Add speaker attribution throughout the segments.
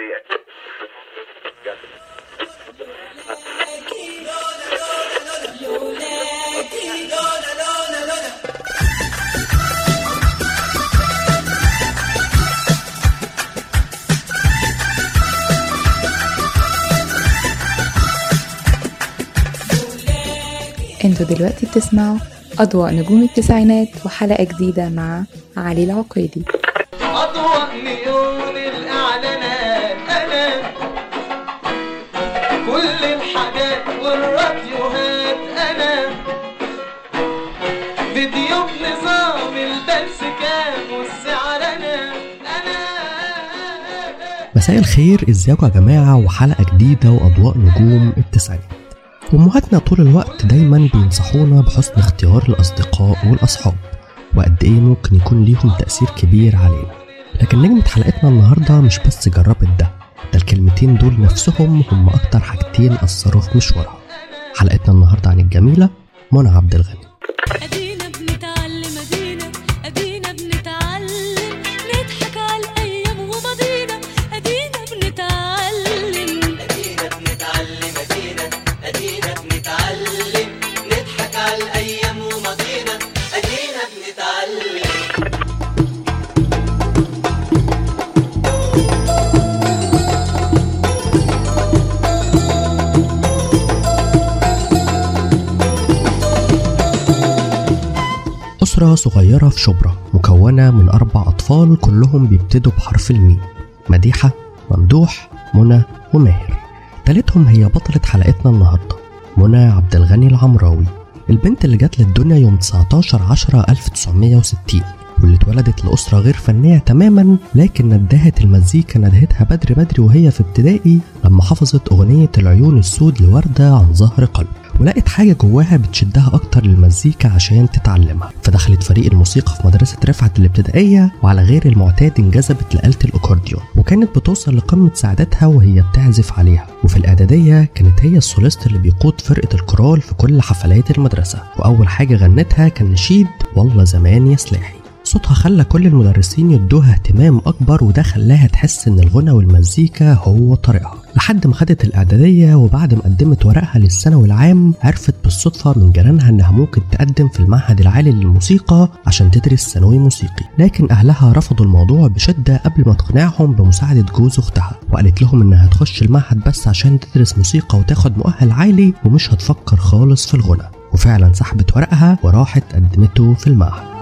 Speaker 1: انتوا دلوقتي بتسمعوا أضواء نجوم التسعينات وحلقة جديدة مع علي العقيدي.
Speaker 2: أضواء نيون الإعلانات، أنا كل الحاجات والراديوهات، أنا فيديو بنظام البلس كام والسعر، أنا
Speaker 3: مساء الخير، ازيكم يا جماعة؟ وحلقة جديدة وأضواء نجوم التسعينات. أمهاتنا طول الوقت دايما بينصحونا بحسن اختيار الأصدقاء والأصحاب وقد إيه ممكن يكون ليهم تأثير كبير علينا. لكن نجمة حلقتنا النهاردة مش بس جربت ده الكلمتين دول نفسهم هم أكتر حاجتين أثروا في مشوارها. حلقتنا النهاردة عن الجميلة منى عبد الغني. أسرة صغيرة في شبرا مكونة من 4 أطفال كلهم بيبتدوا بحرف الميم: مديحة، ممدوح، منى وماهر. تالتهم هي بطلة حلقتنا النهاردة، منى عبد الغني العمراوي، البنت اللي جات للدنيا يوم 19/10/1960 واللي اتولدت لأسرة غير فنية تماما، لكن ندهت المزيكا ندهتها بدري وهي في ابتدائي لما حفظت أغنية العيون السود لوردة عن ظهر قلب، ولقت حاجة جواها بتشدها أكتر للمزيكا عشان تتعلمها، فدخلت فريق الموسيقى في مدرسة رفعت الابتدائية، وعلى غير المعتاد انجذبت لآلة الأكورديون وكانت بتوصل لقمة سعادتها وهي بتعزف عليها. وفي الإعدادية كانت هي السوليست اللي بيقود فرقة الكورال في كل حفلات المدرسة، وأول حاجة غنتها كان نشيد والله زمان يا سلاحي. صوتها خلى كل المدرسين يدوها اهتمام أكبر، وده خلاها تحس إن الغنى والمزيكا هو طريقها، لحد ما خدت الإعدادية. وبعد ما قدمت ورقها للثانوي العام عرفت بالصدفة من جيرانها إنها ممكن تقدم في المعهد العالي للموسيقى عشان تدرس ثانوي موسيقي، لكن أهلها رفضوا الموضوع بشدة قبل ما تقنعهم بمساعدة جوز أختها، وقالت لهم إنها تخش المعهد بس عشان تدرس موسيقى وتاخد مؤهل عالي ومش هتفكر خالص في الغنى. وفعلا سحبت ورقها وراحت قدمته في المعهد.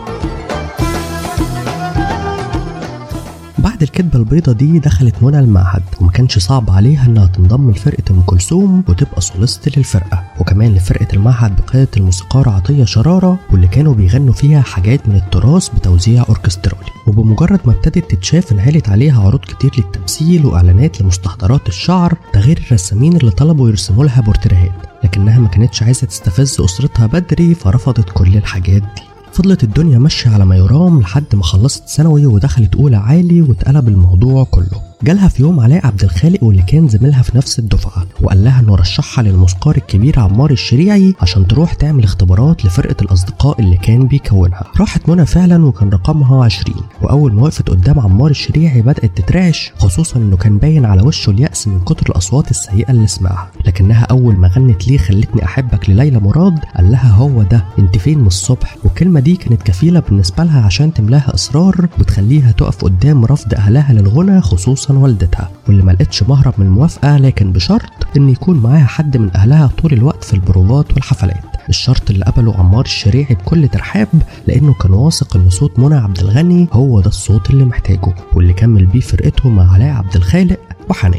Speaker 3: بعد الكدبة البيضة دي دخلت منى المعهد، وما كانش صعب عليها انها تنضم لفرقة ام كلثوم وتبقى سوليست للفرقة، وكمان لفرقة المعهد بقيادة الموسيقار عطية شرارة، واللي كانوا بيغنوا فيها حاجات من التراث بتوزيع اوركسترالي. وبمجرد ما ابتدت تتشاف انهالت عليها عروض كتير للتمثيل واعلانات لمستحضرات الشعر، ده غير الرسامين اللي طلبوا يرسموا لها بورتريهات، لكنها ما كانتش عايزة تستفز اسرتها بدري فرفضت كل الحاجات دي. فضلت الدنيا ماشية على ما يرام لحد ما خلصت ثانوي ودخلت أولى عالي، واتقلب الموضوع كله. جالها في يوم علاء عبد الخالق واللي كان زميلها في نفس الدفعة، وقال لها انه رشحها للموسيقار الكبير عمار الشريعي عشان تروح تعمل اختبارات لفرقة الأصدقاء اللي كان بيكونها. راحت منى فعلا وكان رقمها 20، وأول ما وقفت قدام عمار الشريعي بدأت تترعش، خصوصا انه كان باين على وشه اليأس من كتر الأصوات السيئة اللي سمعها. لكنها أول ما غنت ليه خلتني أحبك لليلى مراد، قال لها هو ده، انت فين من الصبح؟ والكلمة دي كانت كفيلة بالنسبة لها عشان تملاها إصرار وتخليها تقف قدام رفض أهلها للغنى، خصوصا والدتها، واللي ما لقتش مهرب من الموافقة، لكن بشرط ان يكون معاها حد من اهلها طول الوقت في البروفات والحفلات. الشرط اللي قبله عمار الشريعي بكل ترحاب، لانه كان واثق ان صوت منى عبد الغني هو ده الصوت اللي محتاجه، واللي كمل بيه فرقته مع علاء عبد الخالق وحنان.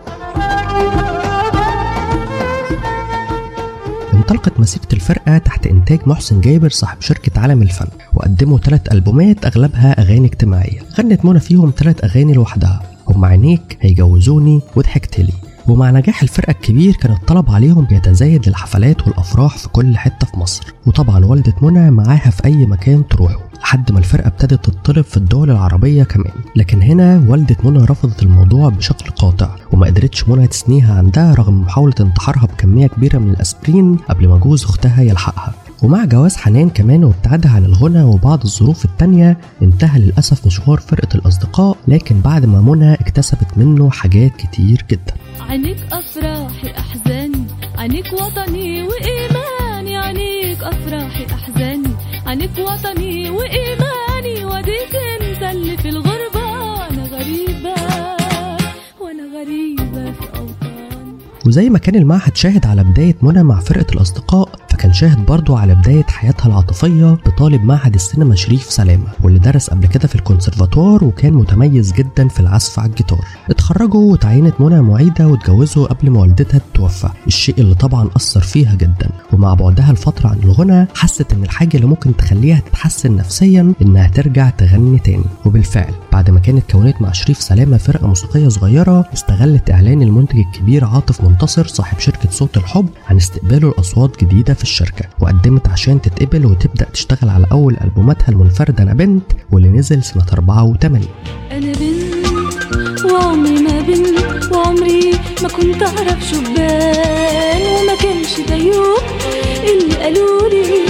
Speaker 3: انطلقت مسيرة الفرقة تحت إنتاج محسن جابر صاحب شركة عالم الفن، وقدموا 3 ألبومات أغلبها أغاني اجتماعية. غنت منى فيهم 3 أغاني لوحدها، هم عينيك، هيجوزوني، وضحكتلي. ومع نجاح الفرقة الكبير كان الطلب عليهم بيتزايد للحفلات والأفراح في كل حتة في مصر، وطبعا والدة منى معاها في أي مكان تروحوا، لحد ما الفرقة ابتدت تطلب في الدول العربية كمان. لكن هنا والدة منى رفضت الموضوع بشكل قاطع، وما قدرتش منى تثنيها عندها رغم محاولة انتحارها بكمية كبيرة من الأسبرين قبل ما جوز أختها يلحقها. ومع جواز حنان كمان وابتعادها عن الغنى وبعض الظروف التانية انتهى للأسف مشوار فرقة الأصدقاء، لكن بعد ما منى اكتسبت منه حاجات كتير جدا.
Speaker 4: عينيك أفراحي أحزاني، عينيك وطني وإيماني، عينيك أفراحي أحزاني، عينيك وطني وإيماني، وديك انت اللي في الغربة وأنا غريبة، وأنا غريبة في أوطاني.
Speaker 3: وزي ما كان المعهد شاهد على بداية منى مع فرقة الأصدقاء، فكان شاهد برضو على بداية حياتها العاطفية بطالب معهد السينما شريف سلامة، واللي درس قبل كده في الكونسرفاتوار وكان متميز جدا في العزف على الجيتار. اتخرجوا وتعينت منى معيدة واتجوزوا قبل ما والدتها تتوفى، الشيء اللي طبعا أثر فيها جدا. ومع بعدها الفترة عن الغنى حست ان الحاجة اللي ممكن تخليها تتحسن نفسيا انها ترجع تغني تاني. وبالفعل بعد ما كانت كونت مع شريف سلامة فرقة موسيقية صغيرة، استغلت اعلان المنتج الكبير عاطف منتصر صاحب شركة صوت الحب عن استقباله الأصوات جديدة في الشركة، وقدمت عشان تتقبل وتبدأ تشتغل على أول ألبوماتها المنفردة أنا بنت، واللي نزل سنة 84.
Speaker 4: أنا بنت وعمري ما بنت، وعمري ما كنت أعرف شبان، وما كانش ده يوم اللي قالولي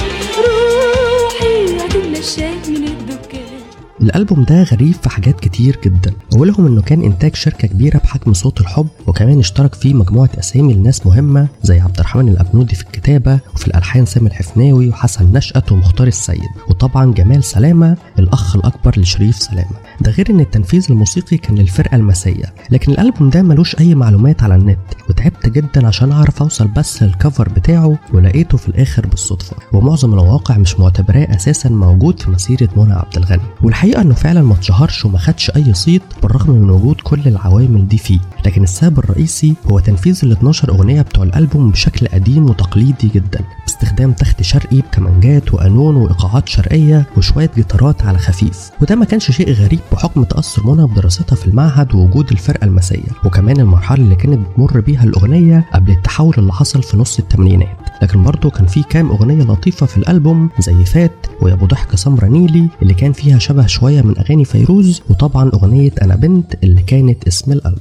Speaker 4: روحي هتملى الشاي من الدكان.
Speaker 3: الألبوم ده غريب في حاجات كتير جدا، أولهم إنه كان إنتاج شركة كبيرة بحجم صوت الحب، وكمان اشترك فيه مجموعة أسامي لناس مهمة زي عبد الرحمن الأبنودي في الكتابة، وفي الألحان سامي الحفناوي وحسن نشأت ومختار السيد، وطبعا جمال سلامة الأخ الأكبر لشريف سلامة. ده غير إن التنفيذ الموسيقي كان للفرقة المسية. لكن الألبوم ده ملوش أي معلومات على النت، وتعبت جدا عشان أعرف أوصل بس للكفر بتاعه، ولقيته في الآخر بالصدفة، ومعظم المواقع مش معتبراه أساسا موجود في مسيرة منى عبد الغني. والحقيقة إنه فعلا ما اتشهرش وما خدش أي صيت بالرغم من وجود كل العوامل دي فيه، لكن السبب الرئيسي هو تنفيذ ال 12 أغنية بتوع الألبوم بشكل قديم وتقليدي جدا، باستخدام تخت شرقي بكمانجات وقانون وإيقاعات شرقية وشوية جيتارات على خفيف. وده ما كانش شيء غريب بحكم تأثر منى بدراستها في المعهد ووجود الفرقة المسية، وكمان المرحلة اللي كانت بتمر بيها الأغنية قبل التحول اللي حصل في نص الثمانينات. لكن برضه كان في كام أغنية لطيفة في الألبوم زي فات ويا أبو ضحك سمرة نيلي اللي كان فيها شبه شوية من أغاني فيروز، وطبعا أغنية أنا بنت اللي كانت اسم الألبوم.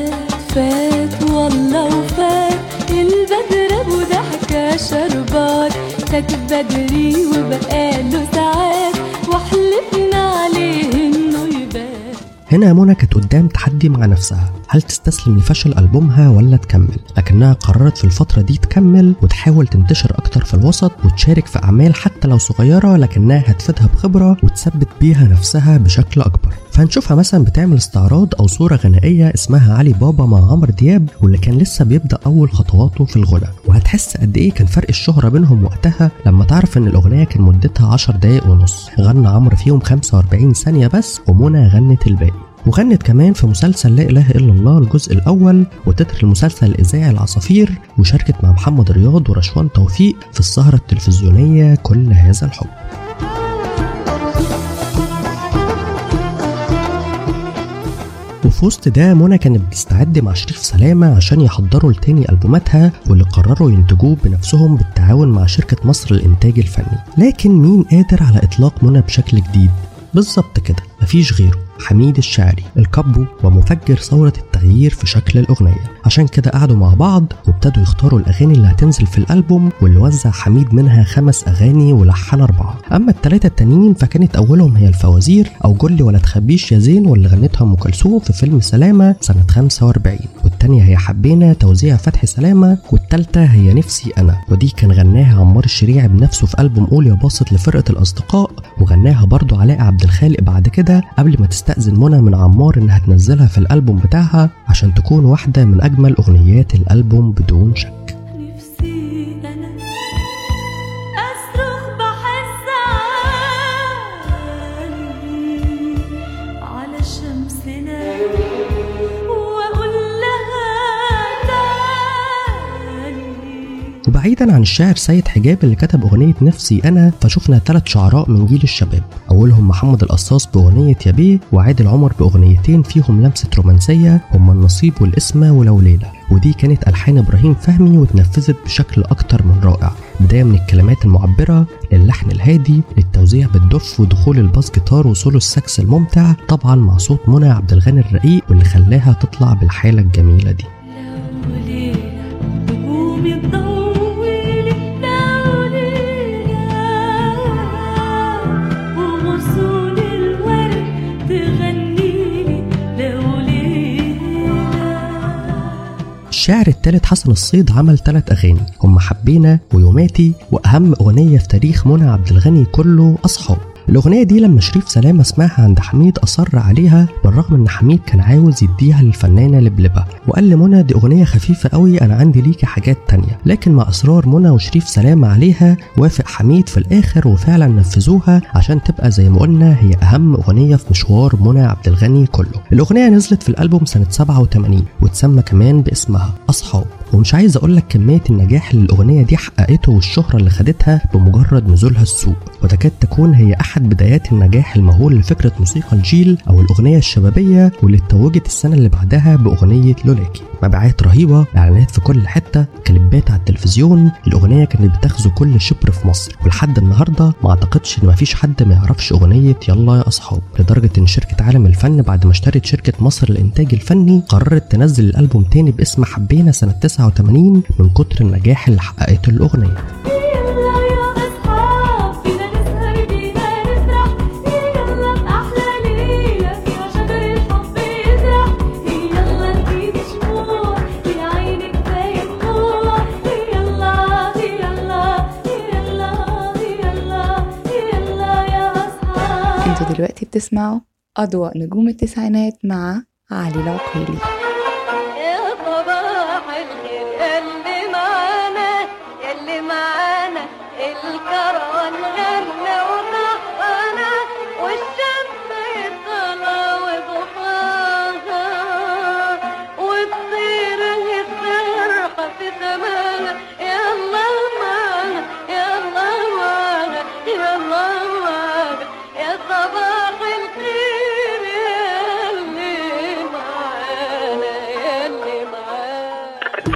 Speaker 4: فات والله وفات البدر أبو ضحكة شربات، فات بدري وبقاله ساعات وحلفنا عليه إنه يبات.
Speaker 3: هنا منى كانت قدام تحدي مع نفسها، هل تستسلم لفشل ألبومها ولا تكمل؟ لكنها قررت في الفترة دي تكمل وتحاول تنتشر أكتر في الوسط وتشارك في أعمال حتى لو صغيرة، لكنها هتفيدها بخبرة وتثبت بيها نفسها بشكل أكبر. فهنشوفها مثلا بتعمل استعراض أو صورة غنائية اسمها علي بابا مع عمرو دياب، واللي كان لسه بيبدأ أول خطواته في الغنى، وهتحس قد إيه كان فرق الشهرة بينهم وقتها لما تعرف إن الأغنية كان مدتها 10 دقايق ونص، غنى عمرو فيهم 45 ثانية بس ومنى غنت الباقي. وغنت كمان في مسلسل لا إله إلا الله الجزء الأول وتتر المسلسل الإذاعي العصافير، وشاركت مع محمد رياض ورشوان توفيق في السهرة التلفزيونية كل هذا الحب. وفي وسط ده منى كانت بتستعد مع شريف سلامة عشان يحضروا لتاني ألبوماتها، واللي قرروا ينتجوه بنفسهم بالتعاون مع شركة مصر للإنتاج الفني. لكن مين قادر على إطلاق منى بشكل جديد؟ بالظبط كده، مفيش غيره، حميد الشاعري الكابو ومفجر ثورة التغيير في شكل الأغنية. عشان كده قعدوا مع بعض وابتدوا يختاروا الأغاني اللي هتنزل في الألبوم، واللي وزع حميد منها 5 أغاني ولحن 4. أما ال3 التانيين فكانت أولهم هي الفوازير أو جولي ولا تخبيش يا زين، واللي غنتها أم كلثوم في فيلم سلامة سنة 45، والتانية هي حبينا توزيع فتحي سلامة، والتالتة هي نفسي أنا، ودي كان غناها عمار الشريعي بنفسه في ألبوم قول يا باسط لفرقة الأصدقاء، وغناها برضو علاء عبد الخالق بعد كده قبل ما تستأذن منى من عمار إنها تنزلها في الألبوم بتاعها عشان تكون واحدة من أجمل أغنيات الألبوم بدون شك.
Speaker 4: نفسي أنا أصرخ بحس على شمسنا وأقول لها تعالي.
Speaker 3: وبعيدا عن الشاعر سيد حجاب اللي كتب أغنية نفسي أنا، فشوفنا 3 شعراء من جيل الشباب، أولهم محمد القصاص بأغنية يا بيه، وعادل عمر بأغنيتين فيهم لمسة رومانسية هما النصيب والقسمة ولو ليلة، ودي كانت ألحان إبراهيم فهمي واتنفذت بشكل أكتر من رائع، بداية من الكلمات المعبرة للحن الهادي للتوزيع بالدف ودخول الباس جيتار وسولو الساكس الممتع، طبعا مع صوت منى عبد الغني الرقيق واللي خلاها تطلع بالحالة الجميلة دي. الشاعر الثالث حسن الصيد عمل 3 أغاني هم حبينا ويوماتي، وأهم أغنية في تاريخ منى عبد الغني كله أصحاب. الأغنية دي لما شريف سلامة سمعها عند حميد أصر عليها، بالرغم إن حميد كان عاوز يديها للفنانة لبلبة، وقال لمنى دي أغنية خفيفة قوي، أنا عندي ليكي حاجات تانية. لكن مع إصرار منى وشريف سلامة عليها وافق حميد في الآخر وفعلا نفذوها عشان تبقى زي ما قلنا هي أهم أغنية في مشوار منى عبد الغني كله. الأغنية نزلت في الألبوم سنة 87 وتسمى كمان باسمها أصحاب. ومش عايز أقولك كمية النجاح اللي الأغنية دي حققته والشهرة اللي خدتها بمجرد نزولها السوق، وتكاد تكون هي أحد بدايات النجاح المهول لفكرة موسيقى الجيل أو الأغنية الشبابية، واللي اتوجت السنة اللي بعدها بأغنية لولاكي. مبيعات رهيبة، إعلانات في كل حتة، كليبات على التلفزيون. الأغنية كانت بتغزو كل شبر في مصر، ولحد النهاردة ما أعتقدش إن مفيش حد ما يعرفش أغنية يلا يا أصحاب، لدرجة إن شركة عالم الفن بعد ما اشترت شركة مصر للإنتاج الفني قررت تنزل الألبوم تاني باسم حبينا سنة 89 من كتر النجاح اللي حققته الأغنية.
Speaker 1: انتوا دلوقتي بتسمعوا أضواء نجوم التسعينات مع علي العقيلي.
Speaker 4: الكروان غيرنا وضحانا والشمس طلع وضحاها والطير الفرحة في سماها يلا معنا يلا معنا يلا معنا يا صباح الخير يلي معانا يلي معانا.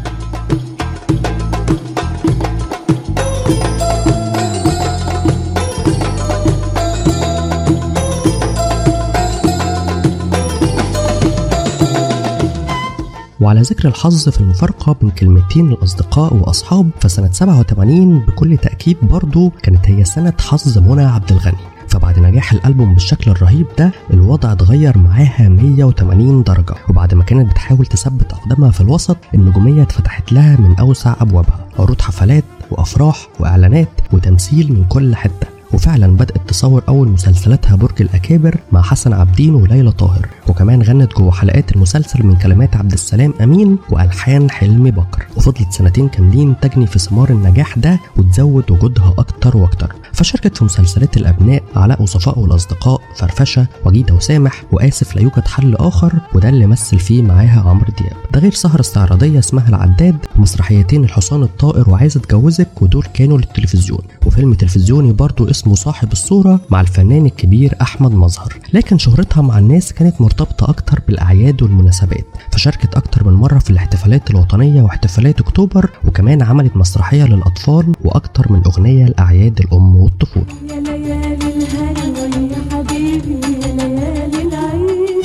Speaker 3: وعلى ذكر الحظ في المفارقة بين كلمتين الأصدقاء وأصحاب، فسنة 87 بكل تأكيد برضو كانت هي سنة حظ منى عبد الغني. فبعد نجاح الألبوم بالشكل الرهيب ده الوضع اتغير معاها 180 درجة، وبعد ما كانت بتحاول تثبت أقدامها في الوسط النجومية اتفتحت لها من أوسع أبوابها، عروض حفلات وأفراح وإعلانات وتمثيل من كل حتة. وفعلا بدأت تصور أول مسلسلاتها برج الأكابر مع حسن عابدين وليلى طاهر، وكمان غنت جوه حلقات المسلسل من كلمات عبد السلام أمين وألحان حلمي بكر. وفضلت سنتين كاملين تجني في ثمار النجاح ده وتزود وجودها أكتر وأكتر. فشاركت في مسلسلات الأبناء، علاء وصفاء والأصدقاء، فرفشة، وجيدة وسامح، وآسف لا يوجد حل آخر، وده اللي مثل فيه معاها عمرو دياب. ده غير سهرة استعراضية اسمها العداد، ومسرحيتين الحصان الطائر وعايز اتجوزك، ودول كانوا للتلفزيون، وفيلم تلفزيوني برضو اسمه صاحب الصورة مع الفنان الكبير أحمد مظهر. لكن شهرتها مع الناس كانت مرتبطة أكتر بالأعياد والمناسبات، فشاركت أكتر من مرة في الاحتفالات الوطنية واحتفالات أكتوبر، وكمان عملت مسرحية للأطفال وأكتر من أغنية لأعياد الأم والطفولة.
Speaker 4: يا ليالي الهنا يا حبيبي يا ليالي العيد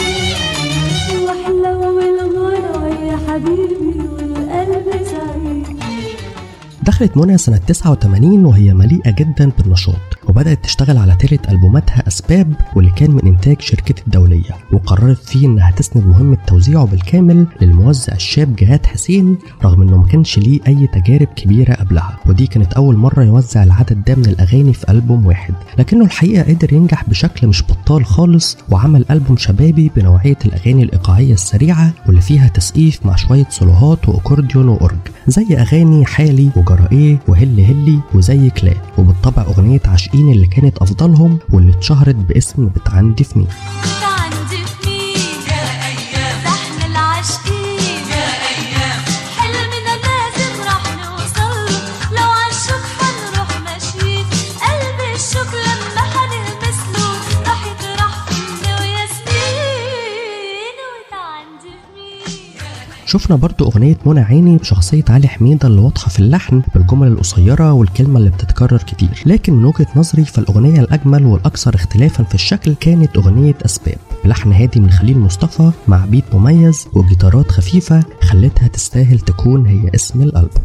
Speaker 4: وحلو الغنى يا حبيبي والقلب سعيد.
Speaker 3: دخلت منى سنة 89 وهي مليئة جدا بالنشاط، وبدأت تشتغل على ثالث ألبوماتها أسباب، واللي كان من إنتاج شركة الدولية، وقررت فيه إنها تسند مهمة توزيعه بالكامل للموزع الشاب جهاد حسين، رغم إنه ما كانش ليه أي تجارب كبيرة قبلها، ودي كانت أول مرة يوزع العدد ده من الأغاني في ألبوم واحد. لكنه الحقيقة قدر ينجح بشكل مش بطال خالص، وعمل ألبوم شبابي بنوعية الأغاني الإيقاعية السريعة واللي فيها تسقيف مع شوية سولوهات وأكورديون وأورج، زي أغاني حالي وجرائيه وهلي هلي وزي كلا، وبالطبع أغنية عاشقين اللي كانت أفضلهم واللي اتشهرت باسم بتعندي في مين. شفنا برضو أغنية منى عيني بشخصية علي حميدة اللي واضحة في اللحن بالجمل القصيرة والكلمة اللي بتتكرر كتير، لكن من وجهة نظري فالأغنية الأجمل والأكثر اختلافا في الشكل كانت أغنية أسباب، بلحن هادي من خليل مصطفى مع بيت مميز وجيتارات خفيفة خلتها تستاهل تكون هي اسم الألبوم.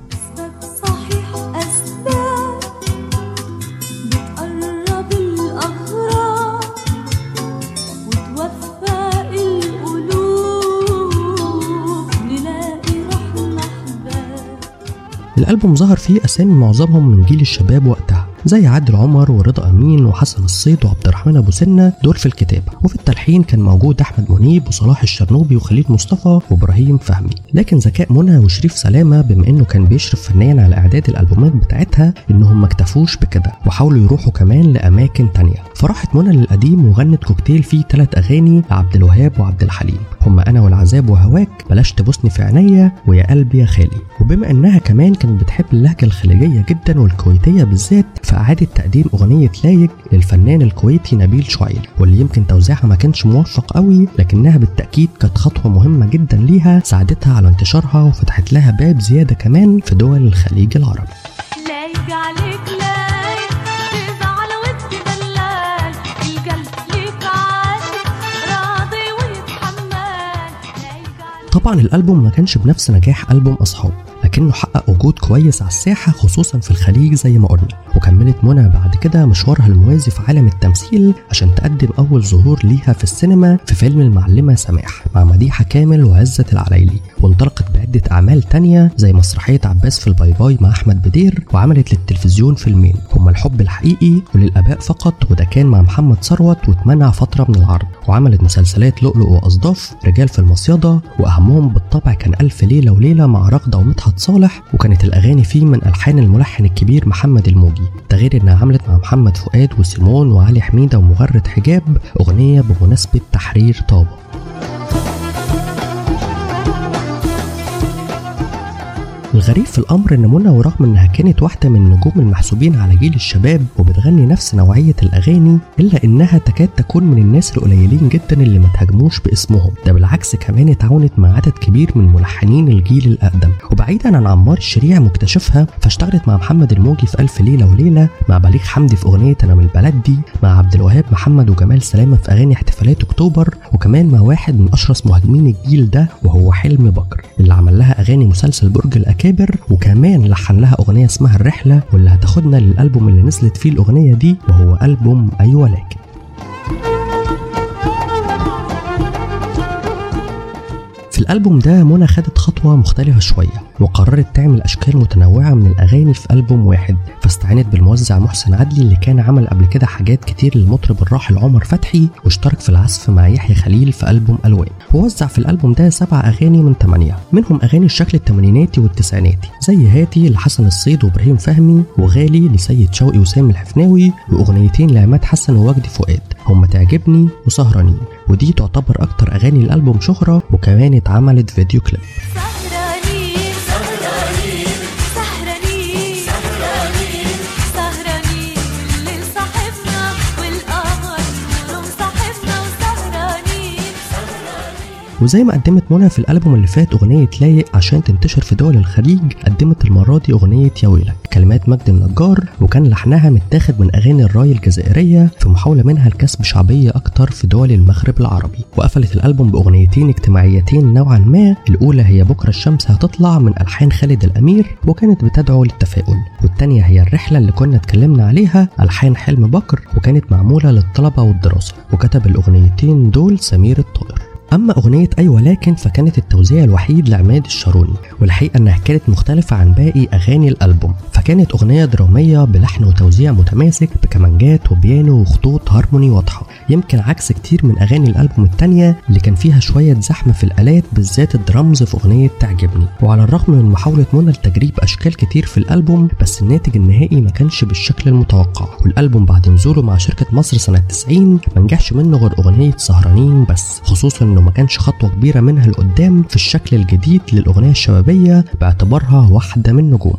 Speaker 3: الألبوم ظهر فيه أسامي معظمهم من جيل الشباب وقتها، زي عادل عمر ورضا أمين وحسن الصيد وعبد الرحمن أبو سنة، دول في الكتابة. وفي التلحين كان موجود أحمد منيب وصلاح الشرنوبي وخليل مصطفى وإبراهيم فهمي. لكن ذكاء منى وشريف سلامة بما إنه كان بيشرف فنيا على إعداد الألبومات بتاعتها إنهم ما اكتفوش بكده وحاولوا يروحوا كمان لأماكن تانية، فراحت منى للقديم وغنت كوكتيل فيه 3 أغاني لعبد الوهاب وعبد الحليم، هما أنا والعذاب وهواك، بلاش تبوسني في عينيا، ويا قلبي يا خالي. وبما إنها كمان كانت بتحب اللهجة الخليجية جدا والكويتية بالذات، فأعادت تقديم أغنية لايق للفنان الكويتي نبيل شعيل، واللي يمكن توزيعها ما كانش موفق قوي، لكنها بالتأكيد كانت خطوة مهمة جدا ليها، ساعدتها على انتشارها وفتحت لها باب زيادة كمان في دول الخليج العربي.
Speaker 4: لايق عليك لايق، تزعل وتدلال، القلب ليك عاشق راضي ويتحمل.
Speaker 3: طبعا الألبوم ما كانش بنفس نجاح ألبوم أصحاب، لكنه حقق وجود كويس على الساحة خصوصا في الخليج زي ما قلنا. وكملت منى بعد كده مشوارها الموازي في عالم التمثيل عشان تقدم أول ظهور ليها في السينما في فيلم المعلمة سماح مع مديحة كامل وعزة العلايلي، وانطلقت بعدة أعمال تانية زي مسرحية عباس في الباي باي مع أحمد بدير، وعملت للتلفزيون فيلمين هما الحب الحقيقي وللآباء فقط، وده كان مع محمد ثروت واتمنع فترة من العرض. وعملت مسلسلات لؤلؤ وأصداف، رجال في المصيدة، وأهمهم بالطبع كان ألف ليلة وليلة مع رغدة ومدحت صالح، وكانت الأغاني فيه من ألحان الملحن الكبير محمد الموجي. ده غير إنها عملت مع محمد فؤاد وسيمون وعلي حميدة ومغرد حجاب أغنية بمناسبة تحرير طابة. الغريب في الأمر إن منى ورغم إنها كانت واحدة من النجوم المحسوبين على جيل الشباب وبتغني نفس نوعية الأغاني، إلا إنها تكاد تكون من الناس القليلين جدا اللي ما تهاجموش باسمهم، ده بالعكس كمان اتعاونت مع عدد كبير من ملحنين الجيل الأقدم. وبعيدا عن عمار الشريع مكتشفها، فاشتغلت مع محمد الموجي في ألف ليلة وليلة، مع بليغ حمدي في أغنية أنا من البلد دي، مع عبد الوهاب محمد وجمال سلامة في أغاني احتفالات أكتوبر، وكمان مع واحد من أشرس مهاجمين الجيل ده وهو حلمي بكر اللي عمل لها أغاني مسلسل برج الأكابر، وكمان لحن لها أغنية اسمها الرحلة واللي هتاخدنا للألبوم اللي نزلت فيه الأغنية دي وهو ألبوم أيوة لكن. في الألبوم ده منى خدت خطوة مختلفة شوية وقررت تعمل أشكال متنوعة من الأغاني في ألبوم واحد، فاستعانت بالموزع محسن عدلي اللي كان عمل قبل كده حاجات كتير للمطرب الراحل عمر فتحي، واشترك في العزف مع يحيى خليل في ألبوم ألوان. ووزع في الألبوم ده 7 أغاني من 8، منهم أغاني الشكل الثمانيناتي والتسعيناتي زي هاتي لحسن الصيد وإبراهيم فهمي، وغالي لسيد شوقي وسامي الحفناوي، وأغنيتين لعماد حسن ووجدي فؤاد هم تعجبني وسهرانين، ودي تعتبر أكتر أغاني الألبوم شهرة، وكمان اتعملت فيديو كليب. وزي ما قدمت منى في الألبوم اللي فات أغنية لايق عشان تنتشر في دول الخليج، قدمت المرة دي أغنية يا ويلك كلمات مجدي النجار، وكان لحنها متاخد من أغاني الراي الجزائرية في محاولة منها لكسب شعبية أكتر في دول المغرب العربي. وقفلت الألبوم بأغنيتين اجتماعيتين نوعا ما، الأولى هي بكرة الشمس هتطلع من ألحان خالد الأمير وكانت بتدعو للتفاؤل، والتانية هي الرحلة اللي كنا اتكلمنا عليها ألحان حلم بكر وكانت معمولة للطلبة والدراسة، وكتب الأغنيتين دول سمير الطائر. أما أغنية أيوة لكن فكانت التوزيع الوحيد لعماد الشاروني، والحقيقة أنها كانت مختلفة عن باقي أغاني الألبوم، فكانت أغنية درامية بلحن وتوزيع متماسك بكمانجات وبيانو وخطوط هارموني واضحة، يمكن عكس كتير من أغاني الألبوم التانية اللي كان فيها شوية زحمة في الآلات بالذات الدرامز في أغنية تعجبني. وعلى الرغم من محاولة منى لتجريب أشكال كتير في الألبوم، بس الناتج النهائي ما كانش بالشكل المتوقع، والألبوم بعد نزوله مع شركة مصر سنة 90 ما نجحش منه غير أغنية سهرانين بس، خصوصا إنه ما كانش خطوة كبيرة منها لقدام في الشكل الجديد للأغنية الشبابية باعتبارها واحدة من نجومه.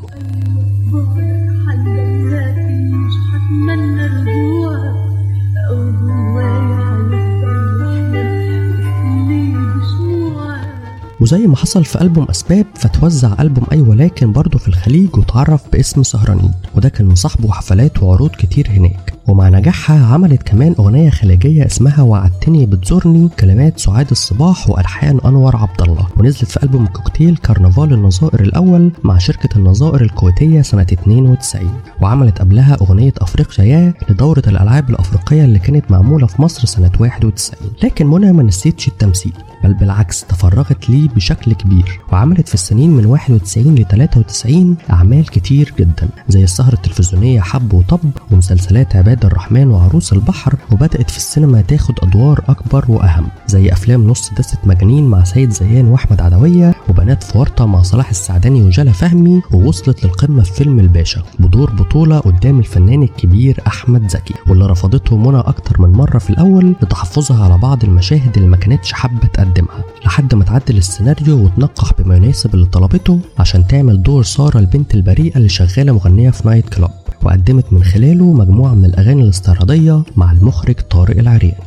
Speaker 3: وزي ما حصل في ألبوم أسباب، فتوزع ألبوم أيوة لكن برضه في الخليج وتعرف باسم سهرانين، وده كان مصاحبه حفلات وعروض كتير هناك. ومع نجاحها عملت كمان أغنية خليجية اسمها وعدتني بتزورني، كلمات سعاد الصباح وألحان أنور عبد الله، ونزلت في ألبوم كوكتيل كرنفال النظائر الأول مع شركة النظائر الكويتية سنة 92. وعملت قبلها أغنية أفريقيا يا لدورة الألعاب الأفريقية اللي كانت معمولة في مصر سنة 91. لكن منى ما نسيتش التمثيل، بل بالعكس تفرغت ليه بشكل كبير، وعملت في السنين من 91 ل 93 أعمال كتير جدا زي السهرة التلفزيونية حب وطب ومسلسلات عباد الرحمن وعروس البحر، وبدأت في السينما تاخد أدوار أكبر وأهم زي أفلام نص دستة مجانين مع سيد زيان وأحمد عدوية، وبنات في ورطة مع صلاح السعداني وجلا فهمي، ووصلت للقمة في فيلم الباشا بدور بطولة قدام الفنان الكبير أحمد زكي، واللي رفضته منى أكتر من مرة في الأول لتحفظها على بعض المشاهد اللي ما كانتش حابة تقدمها، لحد ما تعدل السيناريو وتنقح بما يناسب اللي طلبته عشان تعمل دور سارة البنت البريئة اللي شغالة مغنية في نايت كلاب، وقدمت من خلاله مجموعة من الأغاني الاستعراضية مع المخرج طارق العريان.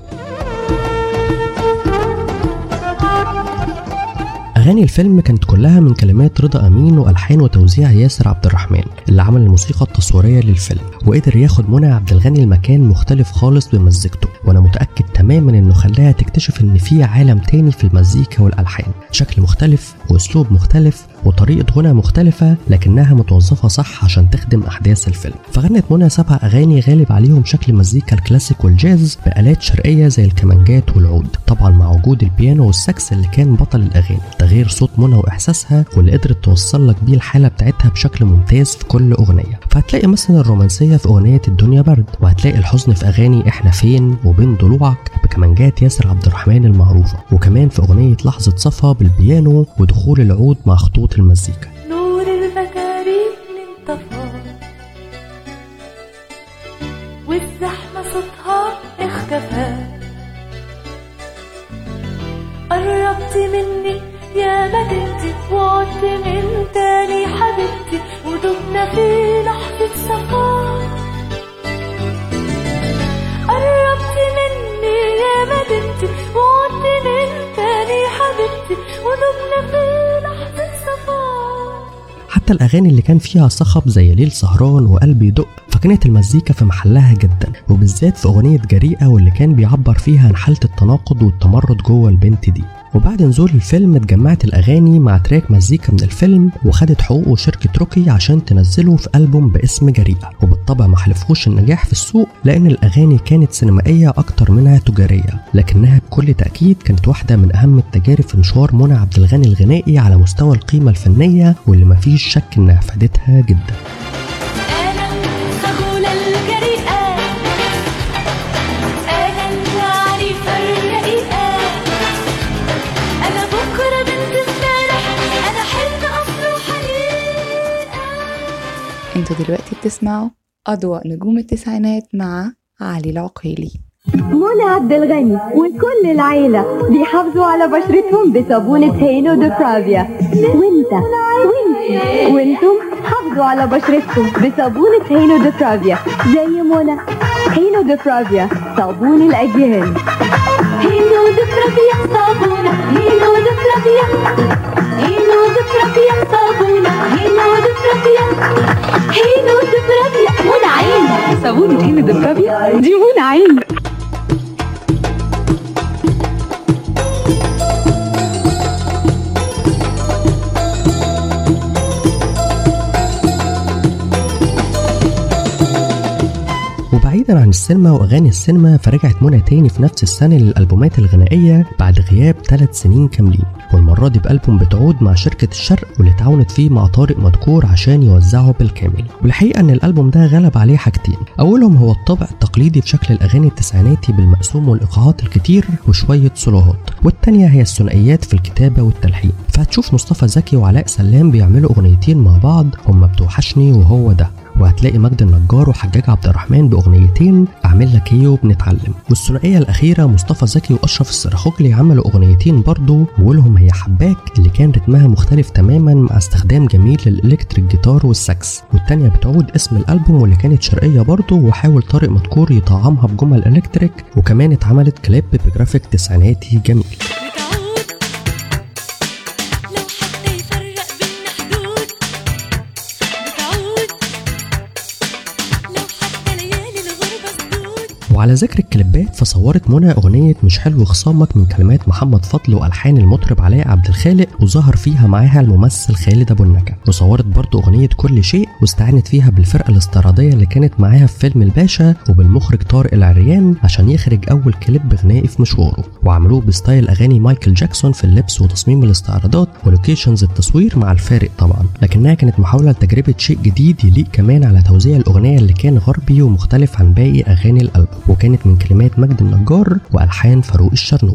Speaker 3: أغاني الفيلم كانت كلها من كلمات رضا أمين وألحان وتوزيع ياسر عبد الرحمن اللي عمل الموسيقى التصويرية للفيلم، وقدر ياخد منى عبد الغني المكان مختلف خالص بمزيكته، وأنا متأكد تماما إنه خلاها تكتشف إن في عالم تاني في المزيكا والألحان، شكل مختلف وأسلوب مختلف وطريقة غنى مختلفة لكنها متوظفة صح عشان تخدم أحداث الفيلم. فغنت منى 7 أغاني غالب عليهم شكل مزيكا الكلاسيك والجاز بآلات شرقية زي الكمانجات والعود، طبعا مع وجود البيانو والساكس اللي كان بطل الأغاني، ده غير صوت منى وإحساسها واللي قدرت توصل لك بيه الحالة بتاعتها بشكل ممتاز في كل أغنية. فهتلاقي مثلا الرومانسية في أغنية الدنيا برد، وهتلاقي الحزن في أغاني إحنا فين وبين ضلوعك بكمانجات ياسر عبد الرحمن المعروفة، وكمان في أغنية لحظة صفا بالبيانو ودخول العود مع خطوط المزيكا.
Speaker 4: نور البكارين انطفى والزحمة صوتها اختفى، قربت مني يا مدينتي وعدت من تاني حبيبتي ودبنا في لحظة صفا، قربت مني يا مدينتي وعدت من تاني حبيبتي ودبنا في لحظة صفا.
Speaker 3: حتى الأغاني اللي كان فيها صخب زي ليل سهران وقلبي يدق، فكانت المزيكا في محلها جدا، وبالذات في أغنية جريئة واللي كان بيعبر فيها عن حالة التناقض والتمرد جوه البنت دي. وبعد نزول الفيلم اتجمعت الأغاني مع تراك مزيكا من الفيلم وخدت حقوقه شركة روكي عشان تنزله في ألبوم باسم جريئة، وبالطبع ما حلفوش النجاح في السوق لأن الأغاني كانت سينمائية أكتر منها تجارية، لكنها بكل تأكيد كانت واحدة من أهم التجارب في مشوار منى عبد الغني الغنائي على مستوى القيمة الفنية، واللي مفيش شك إنها فادتها جدا.
Speaker 1: انتوا دلوقتي بتسمعوا أضواء نجوم التسعينات مع علي العقيلي.
Speaker 5: منى عبد الغني وكل العيلة بيحافظوا على بشرتهم بصابونة هينو دي فرافيا، وانتم حافظوا على بشرتكم بصابونة هينو دي فرافيا زي منى. هينو دي فرافيا صابون الأجيال. هينو دي فرافيا صابونة، هينو دي فرافيا، هينو دي فرافيا صابونة، هينو دي فرافيا، هينو دي فرافيا. منى عين صابونة هينو دي فرافيا دي منى عين.
Speaker 3: وبعيدا عن السينما واغاني السينما، فرجعت منى تاني في نفس السنه للالبومات الغنائيه بعد غياب 3 سنين كاملين، والمره دي بالبوم بتعود مع شركه الشرق واللي تعاونت فيه مع طارق مدكور عشان يوزعه بالكامل. والحقيقه ان الالبوم ده غلب عليه حاجتين، اولهم هو الطابع التقليدي في شكل الاغاني التسعيناتي بالمقسوم والايقاعات الكتير وشويه سولوهات، والتانيه هي الثنائيات في الكتابه والتلحين. فهتشوف مصطفى زكي وعلاء سلام بيعملوا اغنيتين مع بعض هما بتوحشني وهو ده، وهتلاقي مجد النجار وحجاج عبد الرحمن باغنيتين اعمل لك ايه وبنتعلم. والثنائيه الاخيره مصطفى زكي واشرف السرخوجلي عملوا اغنيتين برضو وولهم هي حباك اللي كان رتمها مختلف تماما مع استخدام جميل للالكتريك جيتار والساكس، والتانيه بتعود اسم الالبوم واللي كانت شرقيه برضو، وحاول طارق مدكور يطعمها بجمل الكتريك، وكمان اتعملت كليب بجرافيك تسعيناتي جميل. وعلى ذكر الكليبات، فصورت منى أغنية مش حلو خصامك من كلمات محمد فضل وألحان المطرب علاء عبد الخالق، وظهر فيها معاها الممثل خالد أبو النجا. وصورت برضو أغنية كل شيء، واستعانت فيها بالفرقة الاستعراضية اللي كانت معاها في فيلم الباشا، وبالمخرج طارق العريان عشان يخرج أول كليب غنائي في مشواره، وعملوه بستايل أغاني مايكل جاكسون في اللبس وتصميم الاستعراضات ولوكيشنز التصوير مع الفارق طبعا، لكنها كانت محاولة لتجربة شيء جديد يليق كمان على توزيع الأغنية اللي كان غربي ومختلف عن باقي أغاني الألبوم، وكانت من كلمات مجد النجار وألحان فاروق الشرنوبي.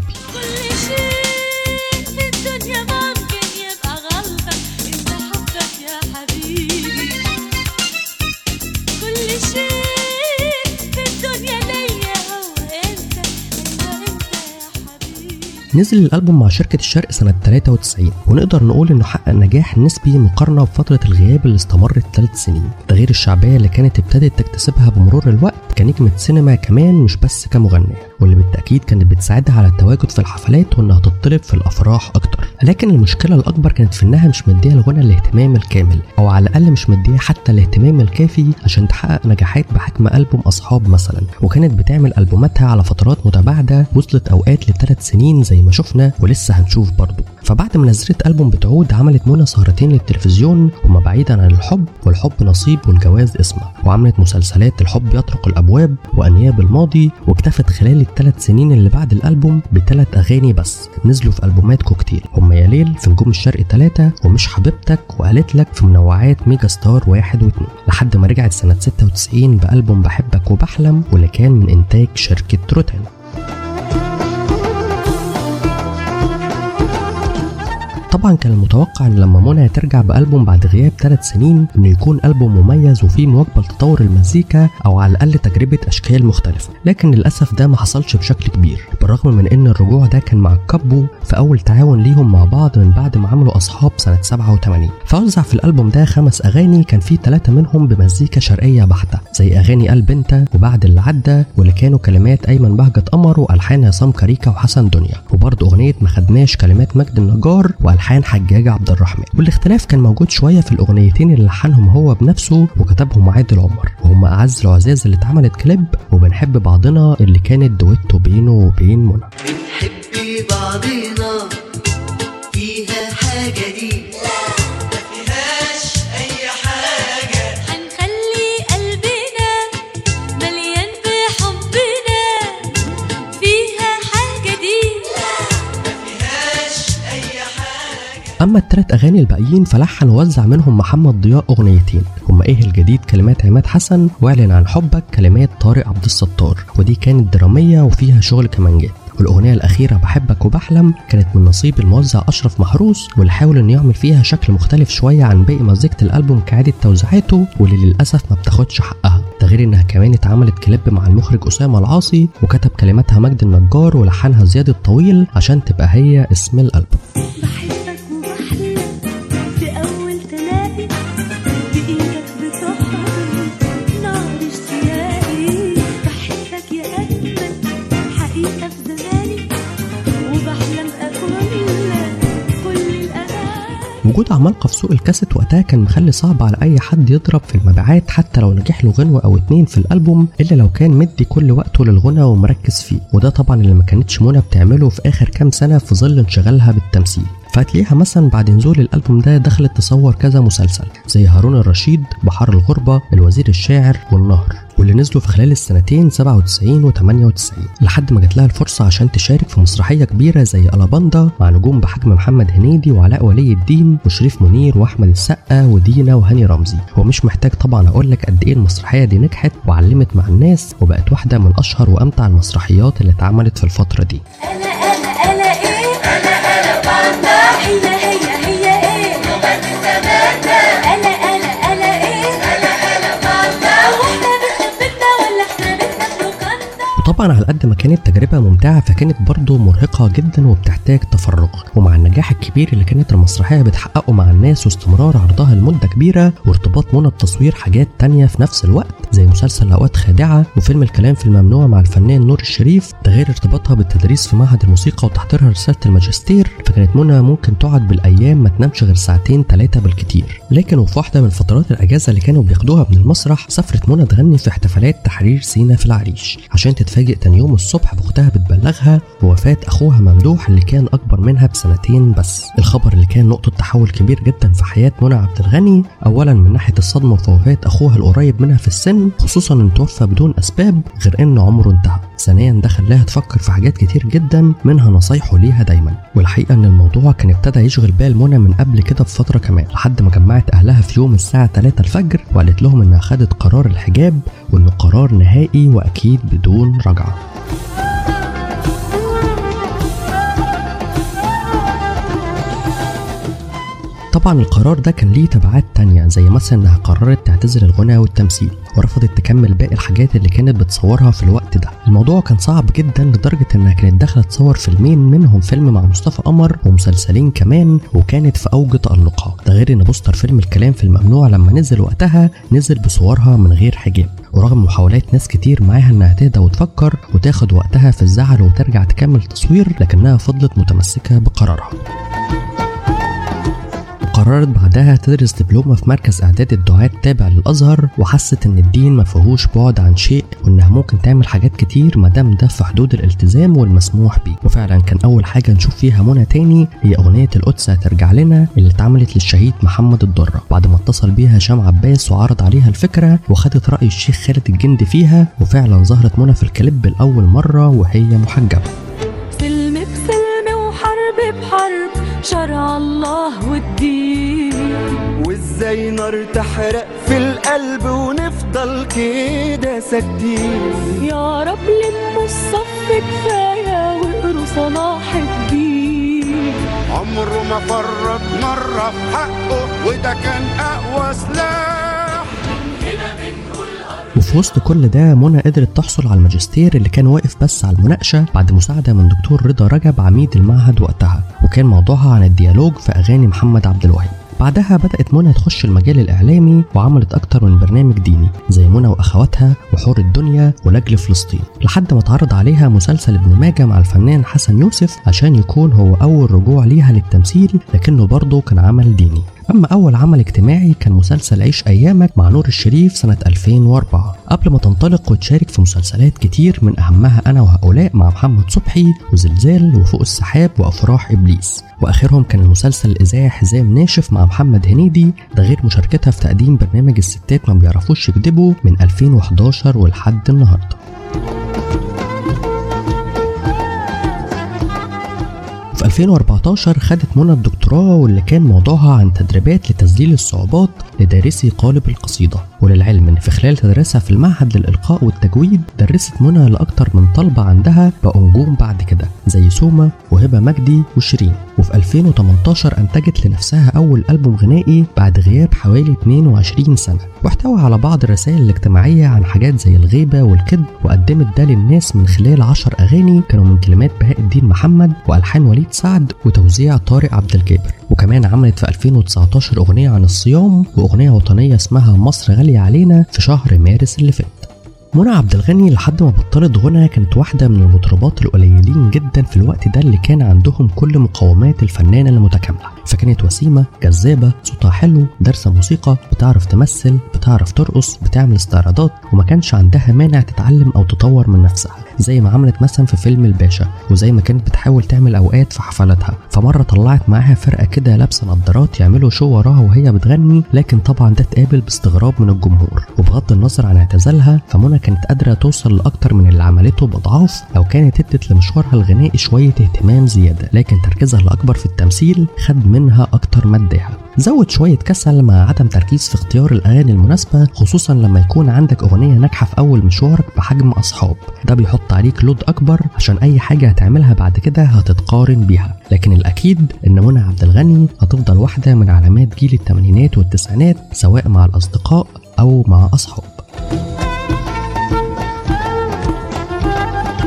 Speaker 3: نزل الألبوم مع شركة الشرق سنة 93، ونقدر نقول إنه حقق نجاح نسبي مقارنة بفترة الغياب اللي استمرت 3 سنين، ده غير الشعبية اللي كانت ابتدت تكتسبها بمرور الوقت كنجمة سينما كمان مش بس كمغنية، واللي بالتأكيد كانت بتساعدها على التواجد في الحفلات وإنها تطلب في الأفراح أكتر. لكن المشكلة الأكبر كانت في إنها مش مدية الغنى الاهتمام الكامل، أو على الأقل مش مدية حتى الاهتمام الكافي عشان تحقق نجاحات بحجم ألبوم أصحاب مثلا، وكانت بتعمل ألبوماتها على فترات متباعدة وصلت أوقات ل3 سنين زي ما شفنا ولسه هنشوف برضو. فبعد ما نزلت ألبوم بتعود، عملت منى سهرتين للتلفزيون هما بعيدا عن الحب والحب نصيب والجواز اسمه، وعملت مسلسلات الحب يطرق الأبواب وأنياب الماضي، واكتفت خلال ال3 سنين اللي بعد الألبوم ب3 أغاني بس نزلوا في ألبومات كوكتيل، هما يا ليل في نجوم الشرق 3 ومش حبيبتك وقالت لك في منوعات ميجا ستار 1 و2، لحد ما رجعت سنة 96 بألبوم بحبك وبحلم، واللي كان من إنتاج شركة روتانا. طبعا كان المتوقع ان لما منى ترجع بألبوم بعد غياب 3 سنين انه يكون ألبوم مميز وفيه مواكبة لتطور المزيكا او على الاقل تجربة اشكال مختلفة، لكن للاسف ده ما حصلش بشكل كبير، بالرغم من ان الرجوع ده كان مع كابو في اول تعاون ليهم مع بعض من بعد ما عملوا اصحاب سنة 87. فوزع في الألبوم ده 5 اغاني، كان فيه 3 منهم بمزيكا شرقية بحتة زي اغاني قلب انت وبعد اللي عدى، واللي كانوا كلمات ايمن بهجت قمر والحان عصام كاريكا وحسن دنيا، وبرضه اغنية ما خدناش كلمات مجد النجار والحان حجاج عبد الرحمن. والاختلاف كان موجود شويه في الاغنيتين اللي لحنهم هو بنفسه وكتبهم عادل عمر، وهم اعز العزاز اللي اتعملت كليب، وبنحب بعضنا اللي كانت دويتو بينه وبين منى.
Speaker 2: بنحب بعضنا فيها حاجه دي ما فيهاش اي حاجه،
Speaker 4: هنخلي قلبنا مليان بحبنا فيها حاجه دي
Speaker 2: ما فيهاش اي حاجه.
Speaker 3: اما ال3 اغاني الباقيين فلحن ووزع منهم محمد ضياء اغنيتين، هما ايه الجديد كلمات عماد حسن، واعلن عن حبك كلمات طارق عبد الستار، ودي كانت دراميه وفيها شغل كمانجات. والاغنيه الاخيره بحبك وبحلم كانت من نصيب الموزع اشرف محروس، واللي حاول انه يعمل فيها شكل مختلف شويه عن باقي مزيكه الالبوم كعاده توزيعاته، واللي للاسف ما بتاخدش حقها، ده غير انها كمان اتعملت كليب مع المخرج اسامه العاصي، وكتب كلماتها مجد النجار ولحنها زياد الطويل عشان تبقى هي اسم الالبوم.
Speaker 4: بحبك وبحلم في أول تلاقي بإيدك بتحضن نار اشتياقي، بحبك يا أجمل حقيقة في زماني وبحلم أكون كل الأمان.
Speaker 3: وجود عمالقة في سوق الكاسيت وقتها كان مخلي صعب على أي حد يضرب في المبيعات حتى لو نجح له غنوة أو 2 في الألبوم، إلا لو كان مدي كل وقته للغنى ومركز فيه، وده طبعا اللي ما كانتش منى بتعمله في آخر كام سنة في ظل انشغالها بالتمثيل. فهتلاقيها مثلا بعد نزول الألبوم ده دخلت تصور كذا مسلسل زي هارون الرشيد، بحر الغربة، الوزير الشاعر، والنهر، واللي نزلوا في خلال السنتين 97 و98، لحد ما جات لها الفرصة عشان تشارك في مسرحية كبيرة زي ألاباندا مع نجوم بحجم محمد هنيدي وعلاء ولي الدين وشريف منير وأحمد السقا ودينا وهاني رمزي. هو مش محتاج طبعا أقول لك قد إيه المسرحية دي نجحت وعلمت مع الناس، وبقت واحدة من أشهر وأمتع المسرحيات اللي اتعملت في الفترة دي. طبعا طبعا على قد ما كانت تجربة ممتعة فكانت برضه مرهقة جدا وبتحتاج تفرغ، ومع النجاح الكبير اللي كانت المسرحية بتحققه مع الناس واستمرار عرضها لمدة كبيرة وارتباط منى بتصوير حاجات تانية في نفس الوقت زي مسلسل أوقات خادعة وفيلم الكلام في الممنوع مع الفنان نور الشريف، ده غير ارتباطها بالتدريس في معهد الموسيقى وتحضيرها رسالة الماجستير، فكانت منى ممكن تقعد بالأيام ما تنامش غير ساعتين 3 بالكتير. لكن وفي واحدة من فترات الأجازة اللي كانوا بياخدوها من المسرح سافرت منى تغني في احتفالات تحرير سينا في العريش عشان تتفاجئ تاني يوم الصبح بأختها بتبلغها بوفاة أخوها ممدوح اللي كان أكبر منها بسنتين بس. الخبر اللي كان نقطة تحول كبير جدا في حياة منى عبد الغني، أولا من ناحية الصدمة في وفاة أخوها القريب منها في السن خصوصا إنه توفى بدون أسباب غير إن عمره انتهى، ثانيا ده خلاها تفكر في حاجات كتير جدا منها نصايحه ليها دايما. والحقيقة إن الموضوع كان ابتدى يشغل بال منى من قبل كده بفترة كمان لحد ما جمعت أهلها في يوم الساعة 3 الفجر وقالت لهم إنها خدت قرار الحجاب وإنه قرار نهائي وأكيد بدون رجعة. طبعا القرار ده كان ليه تبعات تانية زي مثلا انها قررت تعتزل الغنى والتمثيل ورفضت تكمل باقي الحاجات اللي كانت بتصورها في الوقت ده. الموضوع كان صعب جدا لدرجة انها كانت داخلة تصور فيلمين منهم فيلم مع مصطفى قمر ومسلسلين كمان وكانت في اوج تألقها، ده غير ان بوستر فيلم الكلام في الممنوع لما نزل وقتها نزل بصورها من غير حجاب، ورغم محاولات ناس كتير معاها انها تهدى وتفكر وتاخد وقتها في الزعل وترجع تكمل تصوير لكنها فضلت متمسكة بقرارها. قررت بعدها تدرس دبلومة في مركز إعداد الدعاة تابع للأزهر وحست إن الدين ما فيهوش بعد عن شيء وإنها ممكن تعمل حاجات كتير ما دام ده في حدود الالتزام والمسموح بيه. وفعلا كان أول حاجة نشوف فيها منى تاني هي أغنية القدس هترجع لنا اللي اتعملت للشهيد محمد الضرة بعد ما اتصل بيها هشام عباس وعرض عليها الفكرة وخدت رأي الشيخ خالد الجندي فيها، وفعلا ظهرت منى في الكليب لأول مرة وهي محجبة.
Speaker 4: سلم بسلم وحرب بحرب شرع الله والدين،
Speaker 2: وازاي نار تحرق في القلب ونفضل كده ساكتين.
Speaker 4: يا رب لموا الصف كفاية واقروا صلاح الدين.
Speaker 6: عمره ما فرط مرة في حقه وده كان أقوى سلاح.
Speaker 3: وفي وسط كل ده منى قدرت تحصل على الماجستير اللي كان واقف بس على المناقشة بعد مساعدة من دكتور رضا رجب عميد المعهد وقتها، وكان موضوعها عن الديالوج في أغاني محمد عبد الوهاب. بعدها بدأت منى تخش المجال الإعلامي وعملت أكتر من برنامج ديني زي منى وأخواتها وحور الدنيا ولأجل فلسطين، لحد ما اتعرض عليها مسلسل ابن ماجه مع الفنان حسن يوسف عشان يكون هو أول رجوع ليها للتمثيل لكنه برضه كان عمل ديني. أما أول عمل اجتماعي كان مسلسل عيش أيامك مع نور الشريف سنة 2004 قبل ما تنطلق وتشارك في مسلسلات كتير من أهمها أنا وهؤلاء مع محمد صبحي وزلزال وفوق السحاب وأفراح إبليس، وآخرهم كان المسلسل الإذاعي حزام ناشف مع محمد هنيدي، ده غير مشاركتها في تقديم برنامج الستات ما بيعرفوش يكذبوا من 2011 ولحد النهارده. في 2014 خدت منى الدكتوراه واللي كان موضوعها عن تدريبات لتذليل الصعوبات لدارسي قالب القصيدة، وللعلم ان في خلال تدريسها في المعهد للإلقاء والتجويد درست منى لأكتر من طلبة عندها بقوا نجوم بعد كده زي سومة وهبة مجدي وشيرين. وفي 2018 أنتجت لنفسها أول ألبوم غنائي بعد غياب حوالي 22 سنة، واحتوى على بعض الرسائل الاجتماعية عن حاجات زي الغيبة والكذب، وقدمت ده للناس من خلال 10 أغاني كانوا من كلمات بهاء الدين محمد وألحان وليد سعد وتوزيع طارق عبد الجابر. وكمان عملت في 2019 أغنية عن الصيام وأغنية وطنية اسمها مصر غالية علينا في شهر مارس اللي فات. منى عبد الغني لحد ما بطلت غنى كانت واحدة من المطربات القليلين جدا في الوقت ده اللي كان عندهم كل مقومات الفنانة المتكاملة، فكانت وسيمة، جذابة، صوتها حلو، دارسة موسيقى، بتعرف تمثل، بتعرف ترقص، بتعمل استعراضات، وما كانش عندها مانع تتعلم أو تطور من نفسها زي ما عملت مثلا في فيلم الباشا، وزي ما كانت بتحاول تعمل أوقات في حفلاتها. فمرة طلعت معاها فرقة كده لابسة نظارات يعملوا شو وراها وهي بتغني، لكن طبعا ده اتقابل باستغراب من الجمهور. وبغض النظر عن اعتزالها فمنى كانت قادرة توصل لأكتر من اللي عملته بأضعاف لو كانت ادت لمشوارها الغنائي شوية اهتمام زيادة، لكن تركيزها الأكبر في التمثيل خد منها أكتر ما اداها. زود شوية كسل مع عدم تركيز في اختيار الأغاني المناسبة، خصوصا لما يكون عندك أغنية ناجحة في أول مشوارك بحجم أصحاب، ده بيحط عليك لود أكبر عشان أي حاجة هتعملها بعد كده هتتقارن بيها. لكن الأكيد إن منى عبد الغني هتفضل واحدة من علامات جيل الثمانينات والتسعينات سواء مع الأصدقاء أو مع أصحاب.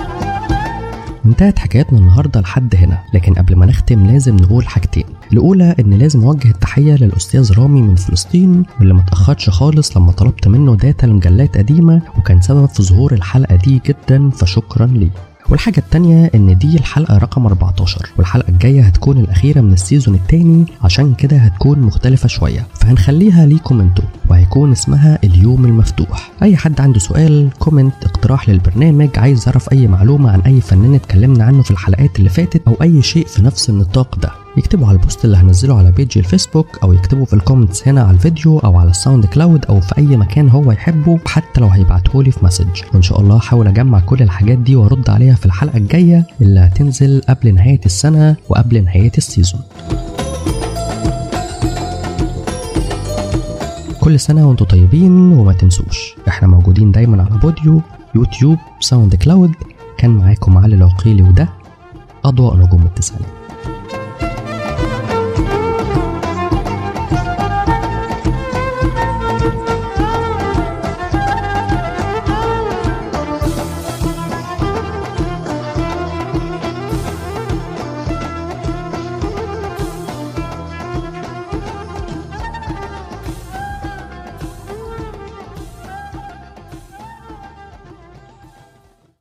Speaker 3: وانتهت حكايتنا النهاردة لحد هنا، لكن قبل ما نختم لازم نقول حاجتين. الأولى إن لازم أوجه التحية للأستاذ رامي من فلسطين، واللي ما تأخرش خالص لما طلبت منه داتا لمجلات قديمة، وكان سبب في ظهور الحلقة دي جدا، فشكرا ليه. والحاجة التانية إن دي الحلقة رقم 14، والحلقة الجاية هتكون الأخيرة من السيزون التاني، عشان كده هتكون مختلفة شوية، فهنخليها ليكم انتوا، وهيكون اسمها اليوم المفتوح. أي حد عنده سؤال، كومنت، اقتراح للبرنامج، عايز يعرف أي معلومة عن أي فنان اتكلمنا عنه في الحلقات اللي فاتت، أو أي شيء في نفس النطاق ده، يكتبوا على البوست اللي هنزله على بيج الفيسبوك، او يكتبوا في الكومنتس هنا على الفيديو، او على الساوند كلاود، او في اي مكان هو يحبه، حتى لو هيبعتهولي في مسج. وان شاء الله هحاول اجمع كل الحاجات دي وارد عليها في الحلقة الجاية اللي هتنزل قبل نهاية السنة وقبل نهاية السيزون. كل سنة وانتم طيبين، وما تنسوش احنا موجودين دايما على بوديو، يوتيوب، ساوند كلاود. كان معاكم علي العقيلي، وده أضواء نجوم التسعينات.